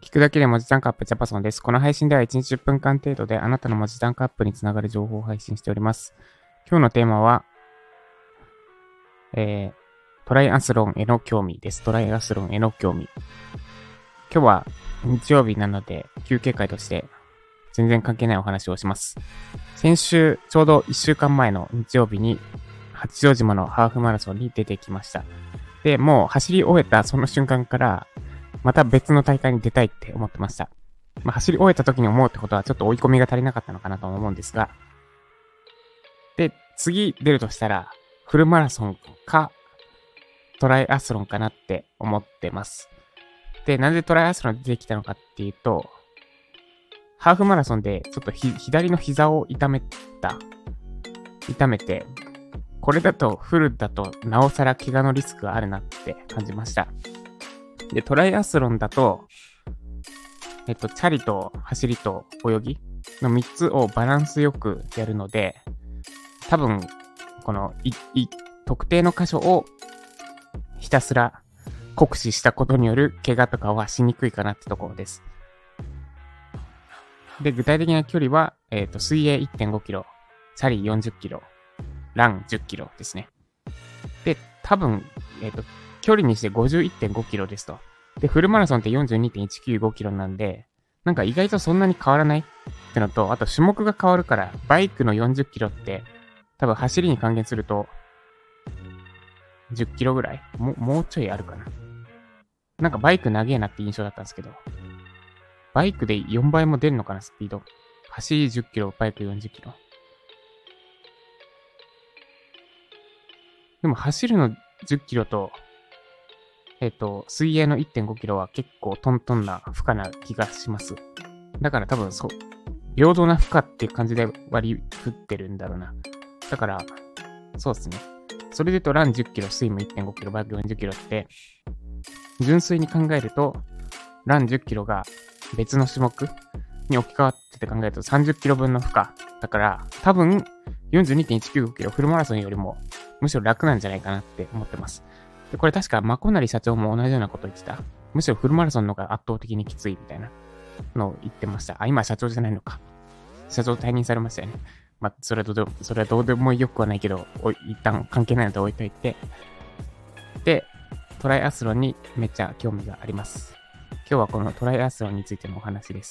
聞くだけで文字タンクアップジャパソンです。この配信では1日10分間程度であなたの文字タンクアップにつながる情報を配信しております。今日のテーマは、トライアスロンへの興味です。トライアスロンへの興味。今日は日曜日なので休憩会として全然関係ないお話をします。先週ちょうど1週間前の日曜日に八丈島のハーフマラソンに出てきました。で、もう走り終えたその瞬間からまた別の大会に出たいって思ってました。走り終えた時に思うってことはちょっと追い込みが足りなかったのかなと思うんですが。で、次出るとしたらフルマラソンかトライアスロンかなって思ってます。で、なんでトライアスロン出てきたのかっていうと、ハーフマラソンでちょっと左の膝を痛めて、これだとフルだとなおさら怪我のリスクがあるなって感じました。で、トライアスロンだと、チャリと走りと泳ぎの3つをバランスよくやるので、多分、この特定の箇所をひたすら酷使したことによる怪我とかはしにくいかなってところです。で、具体的な距離は、水泳 1.5 キロ、チャリ40キロ、ラン10キロですね。で、多分、距離にして 51.5 キロですと。で、フルマラソンって 42.195 キロなんで、なんか意外とそんなに変わらないってのと、あと種目が変わるから、バイクの40キロって、多分走りに還元すると、10キロぐらいもうちょいあるかな。なんかバイク長えなって印象だったんですけど、バイクで4倍も出るのかな、スピード。走り10キロ、バイク40キロ。でも走るの10キロと、水泳の 1.5 キロは結構トントンな負荷な気がします。だから多分平等な負荷っていう感じで割り振ってるんだろうな。だから、そうですね。それで言うとラン10キロ、スイム 1.5 キロ、バイク40キロって、純粋に考えると、ラン10キロが別の種目に置き換わってて考えると30キロ分の負荷。だから、多分 42.195 キロフルマラソンよりもむしろ楽なんじゃないかなって思ってます。で、これ確かマコナリ社長も同じようなこと言ってた。むしろフルマラソンの方が圧倒的にきついみたいなのを言ってました。今社長じゃないのか。社長退任されましたよね。それはどうでもよくはないけど、一旦関係ないので置いといて。で、トライアスロンにめっちゃ興味があります。今日はこのトライアスロンについてのお話です。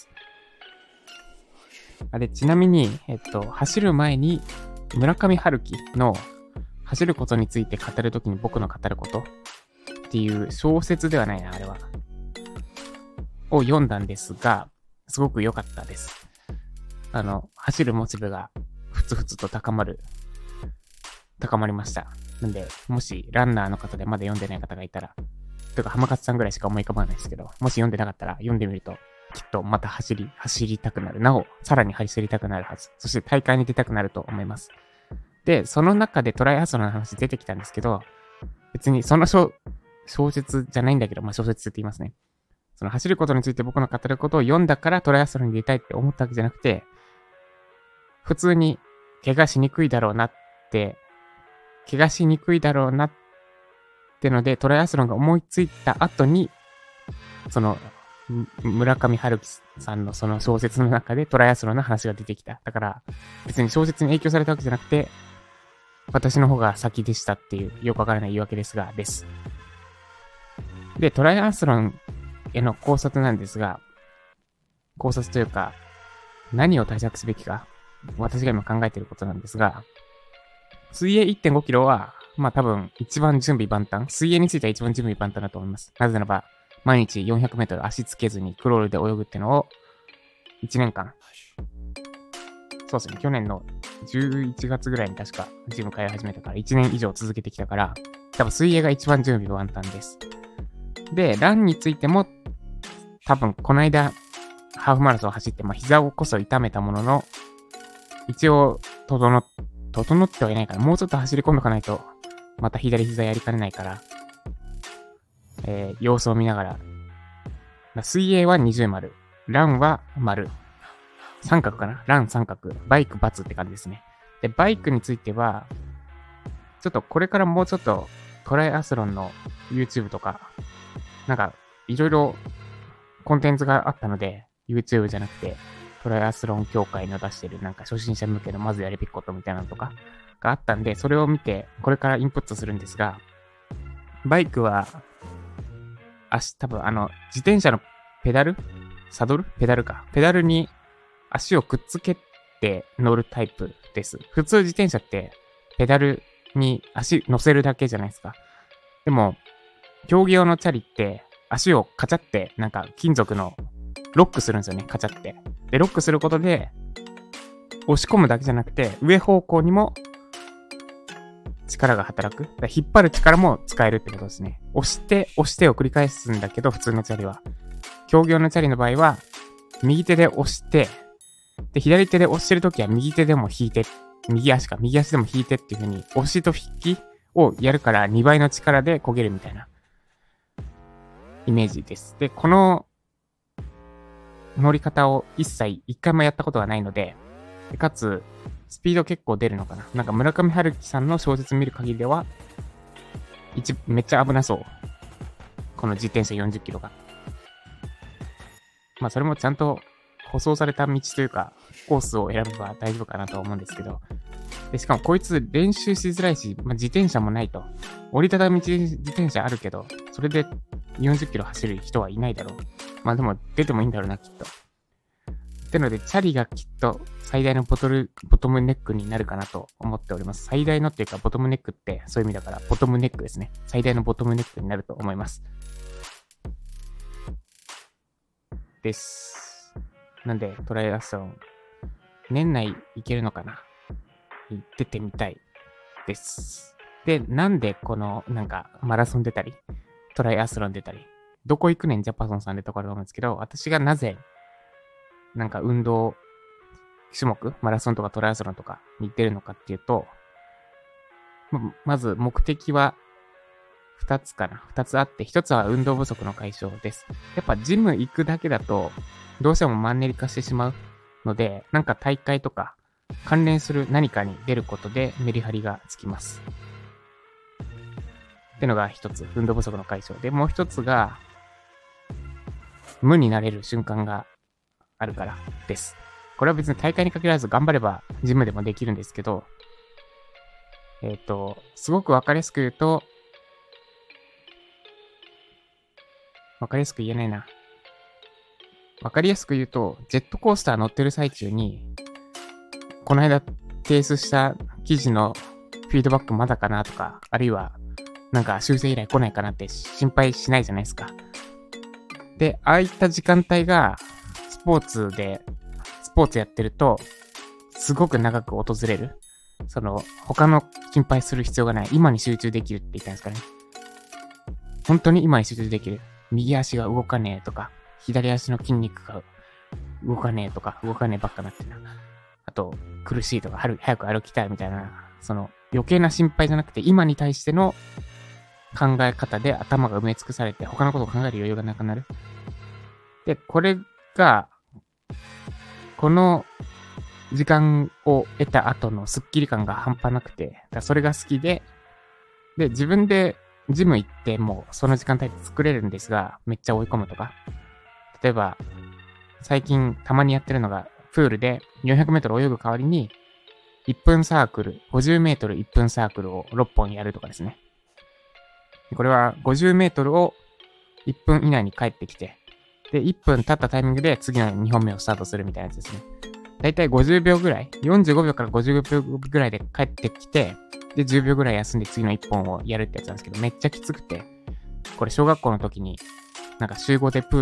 ちなみに、走る前に村上春樹の走ることについて語るときに僕の語ることっていう小説ではないな、あれは。を読んだんですが、すごく良かったです。走るモチベがふつふつと高まりました。なんで、もしランナーの方でまだ読んでない方がいたら、というか浜勝さんぐらいしか思い浮かばないですけど、もし読んでなかったら読んでみると、きっとまた走りたくなる。なお、さらに走りたくなるはず。そして大会に出たくなると思います。で、その中でトライアスロンの話出てきたんですけど、別にその小説じゃないんだけど、小説って言いますね。その走ることについて僕の語ることを読んだからトライアスロンに出たいって思ったわけじゃなくて、普通に怪我しにくいだろうなってので、トライアスロンが思いついた後に、その、村上春樹さんのその小説の中でトライアスロンの話が出てきた。だから、別に小説に影響されたわけじゃなくて、私の方が先でしたっていう、よくわからない言い訳ですが、です。で、トライアスロンへの考察なんですが、考察というか、何を対策すべきか、私が今考えていることなんですが、水泳 1.5 キロは、多分一番準備万端。水泳については一番準備万端だと思います。なぜならば、毎日400メートル足つけずにクロールで泳ぐってのを1年間。そうですね。去年の11月ぐらいに確かジム通い始めたから1年以上続けてきたから、多分水泳が一番準備万端です。で、ランについても多分この間ハーフマラソンを走って、膝をこそ痛めたものの、一応整ってはいないから、もうちょっと走り込んどかないと、また左膝やりかねないから、様子を見ながら、水泳は20丸、ランは丸、三角かな、ラン三角、バイク×って感じですね。で、バイクについては、ちょっとこれからもうちょっとトライアスロンの YouTube とか、なんかいろいろコンテンツがあったので、YouTube じゃなくて、トライアスロン協会の出してるなんか初心者向けのまずやるべきことみたいなのとかがあったんで、それを見て、これからインプットするんですが、バイクは、多分自転車のペダルサドルペダルか。ペダルに足をくっつけて乗るタイプです。普通自転車ってペダルに足乗せるだけじゃないですか。でも、競技用のチャリって足をカチャってなんか金属のロックするんですよね。カチャって。で、ロックすることで押し込むだけじゃなくて上方向にも力が働く。引っ張る力も使えるってことですね。押してを繰り返すんだけど、普通のチャリは。競技用のチャリの場合は、右手で押して、で、左手で押してるときは右手でも引いて、右足でも引いてっていう風に、押しと引きをやるから2倍の力で漕げるみたいなイメージです。で、この乗り方を一回もやったことがないので、かつ、スピード結構出るのかな。なんか村上春樹さんの小説見る限りでは、めっちゃ危なそう。この自転車40キロが。まあそれもちゃんと舗装された道というか、コースを選べば大丈夫かなとは思うんですけど。でしかもこいつ練習しづらいし、自転車もないと。折りたたみ自転車あるけど、それで40キロ走る人はいないだろう。まあでも出てもいいんだろうな、きっと。ってので、チャリがきっと最大のボトムネックになるかなと思っております。最大のっていうか、ボトムネックってそういう意味だから、ボトムネックですね。最大のボトムネックになると思います。です。なんで、トライアスロン、年内いけるのかな？出てみたいです。で、なんでこの、なんか、マラソン出たり、トライアスロン出たり、どこ行くねんジャパソンさんでとかあると思うんですけど、私がなぜ、なんか運動種目、マラソンとかトライアスロンとかに出るのかっていうと、まず目的は2つかな。2つあって、1つは運動不足の解消です。やっぱジム行くだけだと、どうしてもマンネリ化してしまうので、なんか大会とか関連する何かに出ることでメリハリがつきます。ってのが1つ、運動不足の解消で、もう1つが、無になれる瞬間があるからです。これは別に大会に限らず頑張ればジムでもできるんですけど、すごくわかりやすく言うと、わかりやすく言えないな。わかりやすく言うと、ジェットコースター乗ってる最中に、この間提出した記事のフィードバックまだかなとか、あるいはなんか修正依頼来ないかなって心配しないじゃないですか。で、ああいった時間帯がスポーツやってると、すごく長く訪れる。他の心配する必要がない。今に集中できるって言ったんですかね。本当に今に集中できる。右足が動かねえとか、左足の筋肉が動かねえとか、動かねえばっかなってな。あと、苦しいとか、早く歩きたいみたいな、余計な心配じゃなくて、今に対しての考え方で頭が埋め尽くされて、他のことを考える余裕がなくなる。で、これが、この時間を得た後のスッキリ感が半端なくて、それが好きで、自分でジム行ってもその時間帯で作れるんですが、めっちゃ追い込むとか。例えば、最近たまにやってるのが、プールで400メートル泳ぐ代わりに、1分サークル、50メートル1分サークルを6本やるとかですね。これは50メートルを1分以内に帰ってきて、で、1分経ったタイミングで次の2本目をスタートするみたいなやつですね。だいたい50秒ぐらい、45秒から50秒ぐらいで帰ってきて、で、10秒ぐらい休んで次の1本をやるってやつなんですけど、めっちゃきつくて、これ小学校の時に、なんか週5でプー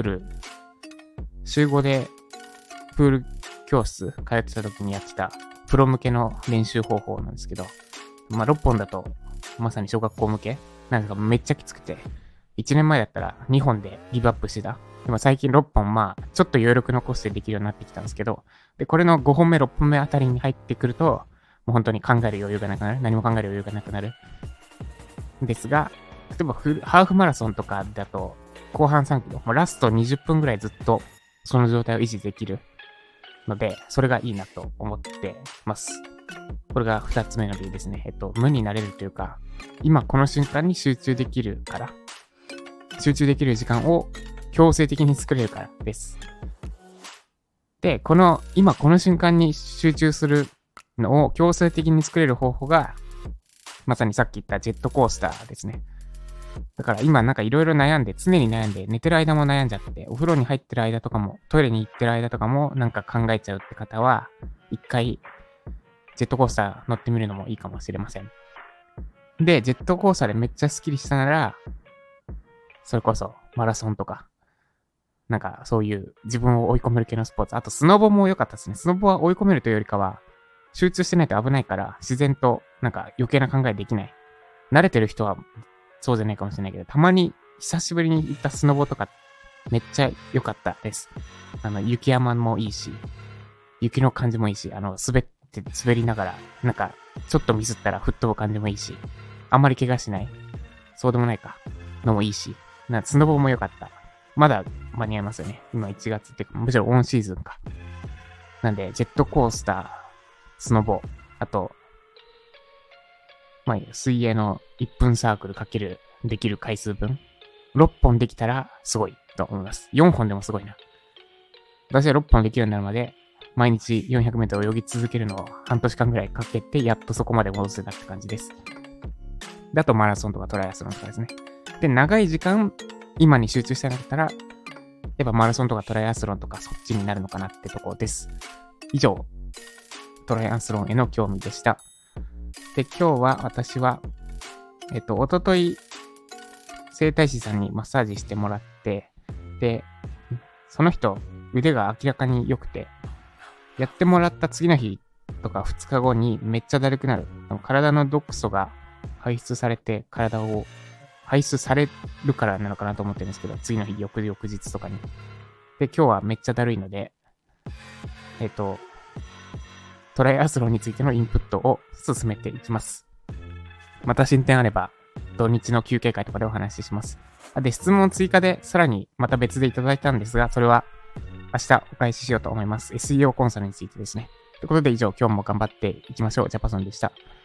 ル教室通ってた時にやってたプロ向けの練習方法なんですけど、6本だとまさに小学校向けなんかめっちゃきつくて、1年前だったら2本でギブアップしてた。でも最近6本ちょっと余力残してできるようになってきたんですけど、で、これの5本目、6本目あたりに入ってくると、もう本当に考える余裕がなくなる。何も考える余裕がなくなる。ですが、例えばハーフマラソンとかだと、後半3キロ、ラスト20分ぐらいずっとその状態を維持できるので、それがいいなと思ってます。これが2つ目の理由ですね。無になれるというか、今この瞬間に集中できるから、集中できる時間を強制的に作れるからです。で、今この瞬間に集中するのを強制的に作れる方法が、まさにさっき言ったジェットコースターですね。だから今なんかいろいろ悩んで、常に悩んで、寝てる間も悩んじゃって、お風呂に入ってる間とかも、トイレに行ってる間とかもなんか考えちゃうって方は、一回、ジェットコースター乗ってみるのもいいかもしれません。で、ジェットコースターでめっちゃスッキリしたなら、それこそマラソンとか、なんかそういう自分を追い込める系のスポーツ。あとスノボも良かったですね。スノボは追い込めるというよりかは、集中してないと危ないから、自然となんか余計な考えできない。慣れてる人はそうじゃないかもしれないけど、たまに久しぶりに行ったスノボとかめっちゃ良かったです。雪山もいいし、雪の感じもいいし、滑りながら、なんか、ちょっとミスったら吹っ飛ぶ感じもいいし、あんまり怪我しない。そうでもないか。のもいいし、スノボも良かった。まだ間に合いますよね。今1月ってむしろオンシーズンか。なんで、ジェットコースター、スノボ、あと、水泳の1分サークルできる回数分、6本できたらすごいと思います。4本でもすごいな。私は6本できるようになるまで、毎日400メートル泳ぎ続けるのを半年間ぐらいかけて、やっとそこまで戻せたって感じです。で、あとマラソンとかトライアスロンとかですね。で、長い時間、今に集中してなかったら、やっぱマラソンとかトライアスロンとかそっちになるのかなってとこです。以上、トライアスロンへの興味でした。で、今日は私は、おととい、整体師さんにマッサージしてもらって、で、その人、腕が明らかに良くて、やってもらった次の日とか2日後にめっちゃだるくなる。体の毒素が排出されて、体を排出されるからなのかなと思ってるんですけど、次の日、翌日とかに。で、今日はめっちゃだるいので、トライアスロンについてのインプットを進めていきます。また進展あれば、土日の休憩会とかでお話しします。で、質問追加でさらにまた別でいただいたんですが、それは明日お返ししようと思います。SEO コンサルについてですね。ということで以上、今日も頑張っていきましょう。ジャパソンでした。